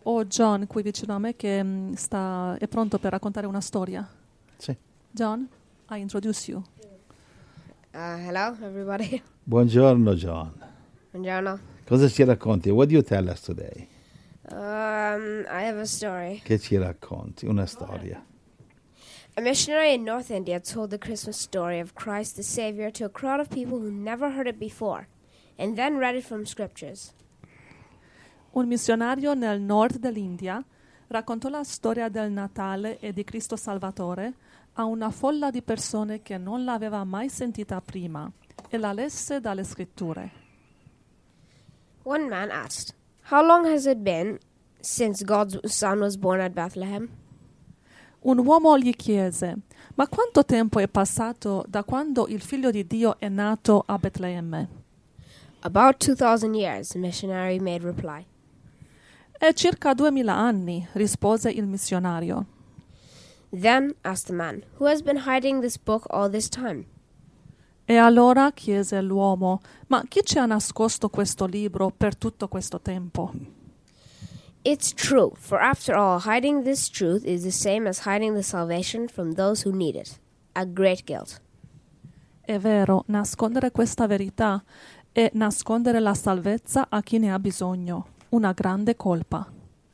Ho John qui vicino a me che è pronto per raccontare una storia. Sì. John, I introduce you. Hello, everybody. Buongiorno John. Buongiorno. Cosa ci racconti? What do you tell us today? I have a story. Che ci racconti? Una storia. A missionary in North India told the Christmas story of Christ the Savior to a crowd of people who never heard it before, and then read it from scriptures. Un missionario nel nord dell'India raccontò la storia del Natale e di Cristo Salvatore a una folla di persone che non l'aveva mai sentita prima e la lesse dalle scritture. One man asked, "How long has it been since God's son was born at Bethlehem?" Un uomo gli chiese: ma quanto tempo è passato da quando il figlio di Dio è nato a Betlemme? About 2,000 years, the missionary made reply. È circa 2000 anni, rispose il missionario. Then asked the man, "Who has been hiding this book all this time?" E allora chiese l'uomo: ma chi ci ha nascosto questo libro per tutto questo tempo? It's true, for after all, hiding this truth is the same as hiding the salvation from those who need it. A great guilt. È vero, nascondere questa verità è nascondere la salvezza a chi ne ha bisogno. Una grande colpa.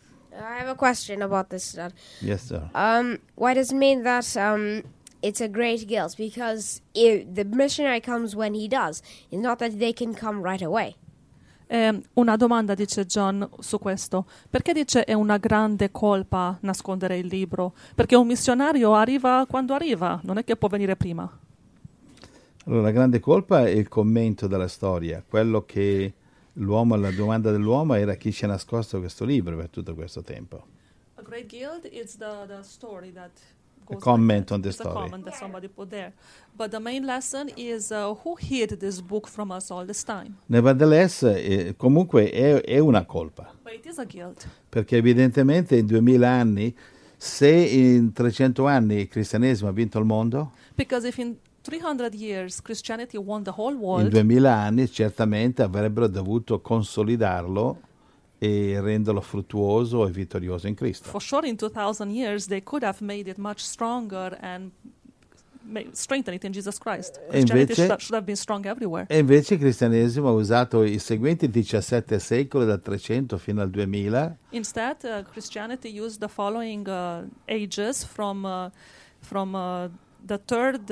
I have a question about this. Yes, sir. Why does it mean that it's a great guilt? Because the missionary comes when he does. It's not that they can come right away. Una domanda, dice John, su questo. Perché dice è una grande colpa nascondere il libro? Perché un missionario arriva quando arriva, non è che può venire prima. Allora, la grande colpa è il commento della storia, quello che la domanda dell'uomo era chi ci ha nascosto questo libro per tutto questo tempo. A great guilt is the story that goes A comment like that. on the It's story. a comment that somebody put there. But the main lesson is who hid this book from us all this time. Nevertheless, comunque è una colpa, But it is a guilt. perché evidentemente in 2000 anni, se in 300 anni il cristianesimo ha vinto il mondo, Because if in 300 years Christianity won the whole in world, 2000 anni certamente avrebbero dovuto consolidarlo e renderlo fruttuoso e vittorioso in Cristo. for sure in 2000 years they could have made it much stronger and strengthen it in Jesus Christ. E Christianity invece- should have been strong everywhere. E invece il cristianesimo ha usato i seguenti 17 secoli, dal 300 fino al 2000, Instead, Christianity used the following ages from the third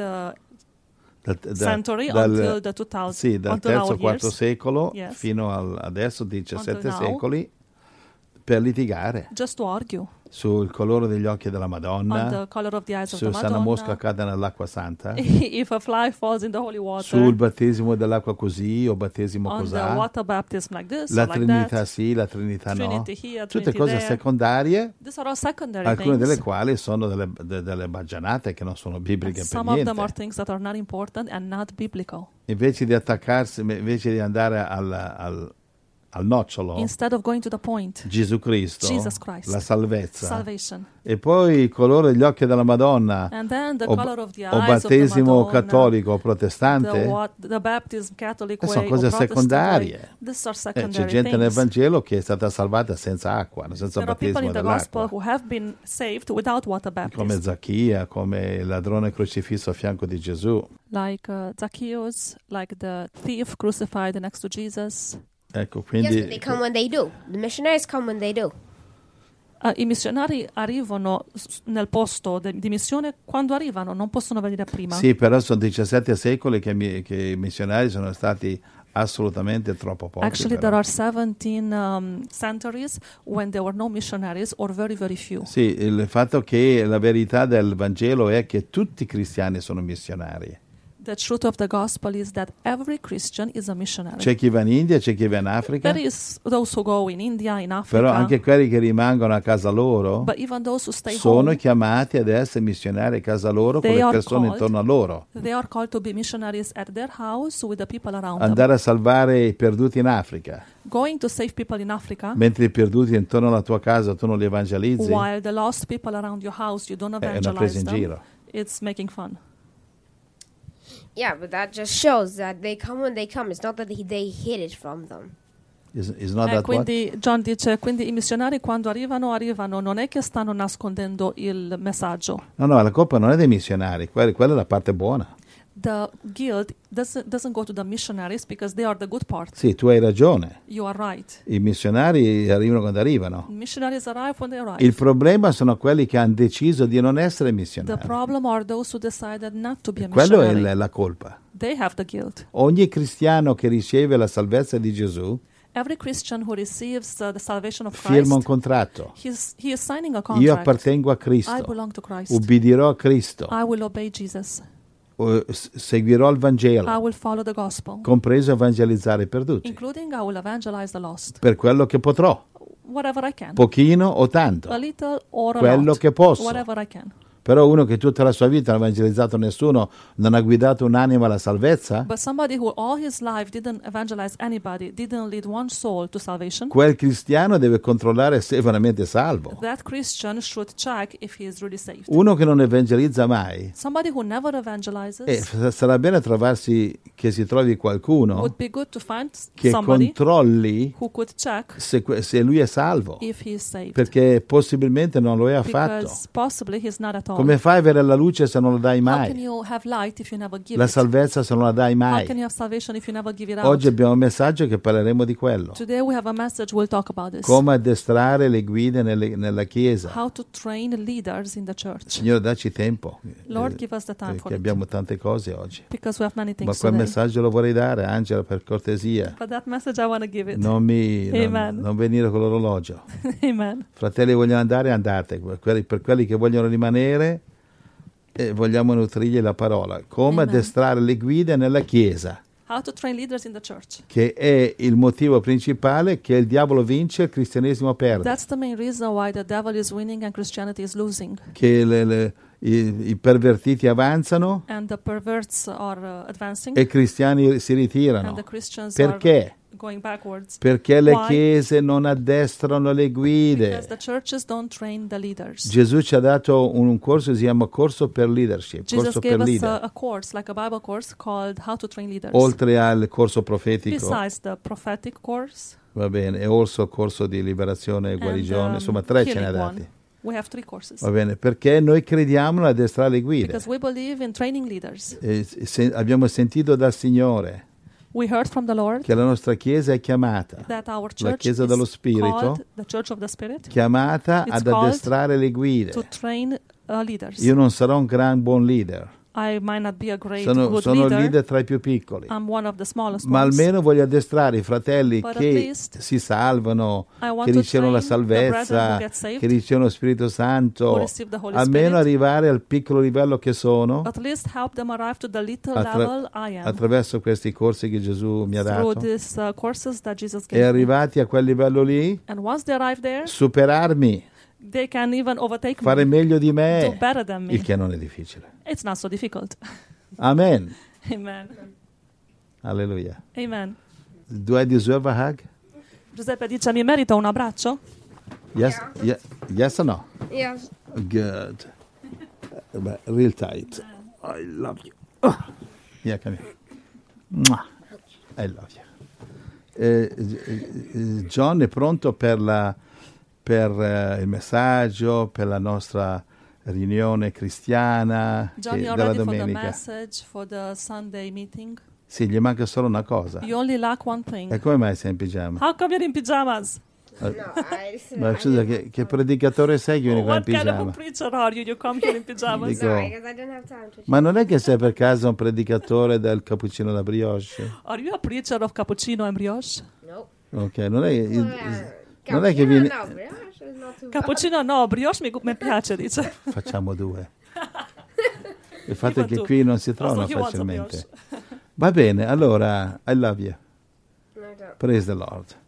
century until the 2000. sì, dal until terzo our al quarto years, secolo Yes. fino adesso 17 Until now. secoli, per litigare just to argue sul colore degli occhi della on Madonna, the color of the eyes of su the se una mosca Madonna, cade nell'acqua santa, if a fly falls in the holy water, sul battesimo dell'acqua così o battesimo on the cosà, water baptism like this la or like Trinità that, sì, la Trinità no, Trinity here, tutte Trinity cose there. secondarie, These are all secondary alcune delle things. quali sono delle baggianate che non sono bibliche per Some of them are niente. things that are not important and not biblical. Invece di attaccarsi, invece di andare al nocciolo, Instead of going to the point, Gesù Cristo, Jesus Christ, la salvezza, salvation. e poi il colore degli occhi della Madonna, And then the o, color of the o eyes of the battesimo Madonna, cattolico o protestante, the baptism Catholic sono way cose or Protestant secondarie. way. These are C'è secondary gente nel things. Vangelo che è stata salvata senza acqua, senza There are people battesimo in the gospel dell'acqua, who have been saved without water come baptism, Zacchia, come il ladrone crocifisso a fianco di Gesù. like Zacchaeus, like the thief crucified next to Jesus. Ecco, Yes, quindi but they come when they do. The missionaries come when they do. I missionari arrivano nel posto di missione quando arrivano, non possono venire prima. sì, però sono 17 secoli che i missionari sono stati assolutamente troppo pochi. Actually, però. there are 17 centuries when there were no missionaries or very, very few. Sì, il fatto che la verità del Vangelo è che tutti i cristiani sono missionari. The truth of the gospel is that every Christian is a missionary. C'è chi va in India, c'è chi va in Africa, There is those who go in India, in Africa, però anche quelli che rimangono a casa loro but even those who stay sono home, chiamati ad essere missionari a casa loro con They le are persone called- intorno a loro. they are called to be missionaries at their house with the people around Andare a salvare i perduti in Africa, them. Going to save people in Africa, mentre i perduti intorno alla tua casa tu non li evangelizzi, while the lost people around your house, you don't è una presa evangelize in them. giro. It's making fun. Yeah, but that just shows that they come when they come. It's not that they hid it from them. Is not that what? Quindi John dice, quindi i missionari quando arrivano, non è che stanno nascondendo il messaggio. No, la colpa non è dei missionari, quella è la parte buona. The guilt doesn't go to the missionaries because they are the good part. Sì, tu hai ragione. You are right. I missionari arrivano quando arrivano. Missionaries arrive when they arrive. Il problema sono quelli che hanno deciso di non essere The missionari. problem are those who decided not to be a Quello è missionary. la colpa. They have the guilt. Ogni cristiano che riceve la salvezza di Gesù Every Christian who receives the salvation of firma un Christ, contratto. he is signing a Io contract. appartengo a I Cristo, belong to Christ. ubbidirò a Cristo, I will obey Jesus. seguirò il I Vangelo, will follow the gospel, compreso evangelizzare i perduti, including I will evangelize the lost. per quello che potrò, Whatever I can. pochino o tanto, A little or a quello lot. che posso. Whatever I can. Però uno che tutta la sua vita non ha evangelizzato nessuno, non ha guidato un'anima alla salvezza, But somebody who all his life didn't evangelize anybody, didn't lead one soul to salvation, quel cristiano deve controllare se è veramente salvo. that Christian should check if he is really saved. Uno che non evangelizza mai, Somebody who never evangelizes, sarà bene trovarsi che si trovi qualcuno would be good to find che somebody controlli who could check se lui è salvo, if he is saved. perché possibilmente non lo è affatto. Because possibly he's not at all. Come fai a avere la luce se non la dai How can mai? you have light if you never give La it? salvezza se non la dai How mai? can you have salvation if you never give it out? Oggi abbiamo un messaggio che parleremo di quello. Today we have a message, we'll talk about this. Come addestrare le guide nella Chiesa. How to train leaders in the church. Signore, dacci tempo, Lord, give us the time for perché it. abbiamo tante cose oggi. Because we have many Ma things quel today. messaggio lo vorrei dare, Angela, per cortesia. But that message I want to give it. Non Amen. non venire con l'orologio. Amen. Fratelli, vogliono andare, andate. Per quelli che vogliono rimanere, vogliamo nutrirgli la parola. Come Amen. addestrare le guide nella Chiesa, How to train leaders in the church. che è il motivo principale che il diavolo vince e il cristianesimo perde. That's the main reason why the devil is winning and Christianity is losing. Che i pervertiti avanzano And the perverts are advancing. e i cristiani si And ritirano. the Christians Perché? are going backwards. Perché le Why? chiese non addestrano le guide. Because the churches don't train the leaders. Gesù ci ha dato un corso che si chiama corso per leadership, Jesus corso gave per us leader, a course, like a Bible course, called How to Train Leaders. oltre al corso profetico, Besides the prophetic course. va bene, e oltre al corso di liberazione e guarigione, and, insomma 3 ce ne ha healing dati. one. We have 3 courses. Va bene, perché noi crediamo nell'addestrare le guide. Because we believe in training leaders. Abbiamo sentito dal Signore We heard from the Lord che la nostra Chiesa è chiamata, that our la church Chiesa dello is Spirito, called the Church of the Spirit chiamata It's ad called addestrare le guide. to train leaders. Io non sarò un gran buon leader, I might not be a great sono good il leader. leader tra i più piccoli. I'm one of the smallest Ma ones. almeno voglio addestrare i fratelli But at che least si salvano, I want che to ricevono la train the brethren who salvezza, get saved, che ricevono lo Spirito who Santo, receive the Holy almeno Spirit. arrivare al piccolo livello che sono At least help them arrive to the little attra- level I am. attraverso questi corsi che Gesù mi ha Through dato. these courses that Jesus E gave me. arrivati a quel livello lì, And once they arrive there, superarmi, they can even overtake fare me, meglio di do me, better than me. il che non è difficile. It's not so difficult. Amen. Amen. Alleluia. Amen. Do I deserve a hug? Giuseppe dice, mi merito un abbraccio? Yes, yes or no? Yes. Good. Real tight. I love you. Oh. Yeah, come here. Mwah. I love you. John è pronto per il messaggio, per la nostra riunione cristiana John, you're della ready for the domenica. message for the Sunday meeting? Sì, gli manca solo una cosa. You only lack one thing. E come mai sei in pigiama? How come you're in pajamas? No, I. Ma scusa, che predicatore sei che vieni qua in What kind of a pigiama? preacher are you? You come here in pajamas? Dico- Sorry, because I didn't have time to. Ma non è che sei per caso un predicatore del cappuccino da brioche? Are you a preacher of cappuccino and brioche? Nope. Ok, non è che Cappuccino, vieni... No, brioche is not too bad. Cappuccino no, brioche mi piace, dice. Facciamo 2. Il fatto è Even che two. qui non si Also, trovano he wants a facilmente. brioche. Va bene, allora, I love you. No, I don't. Praise the Lord.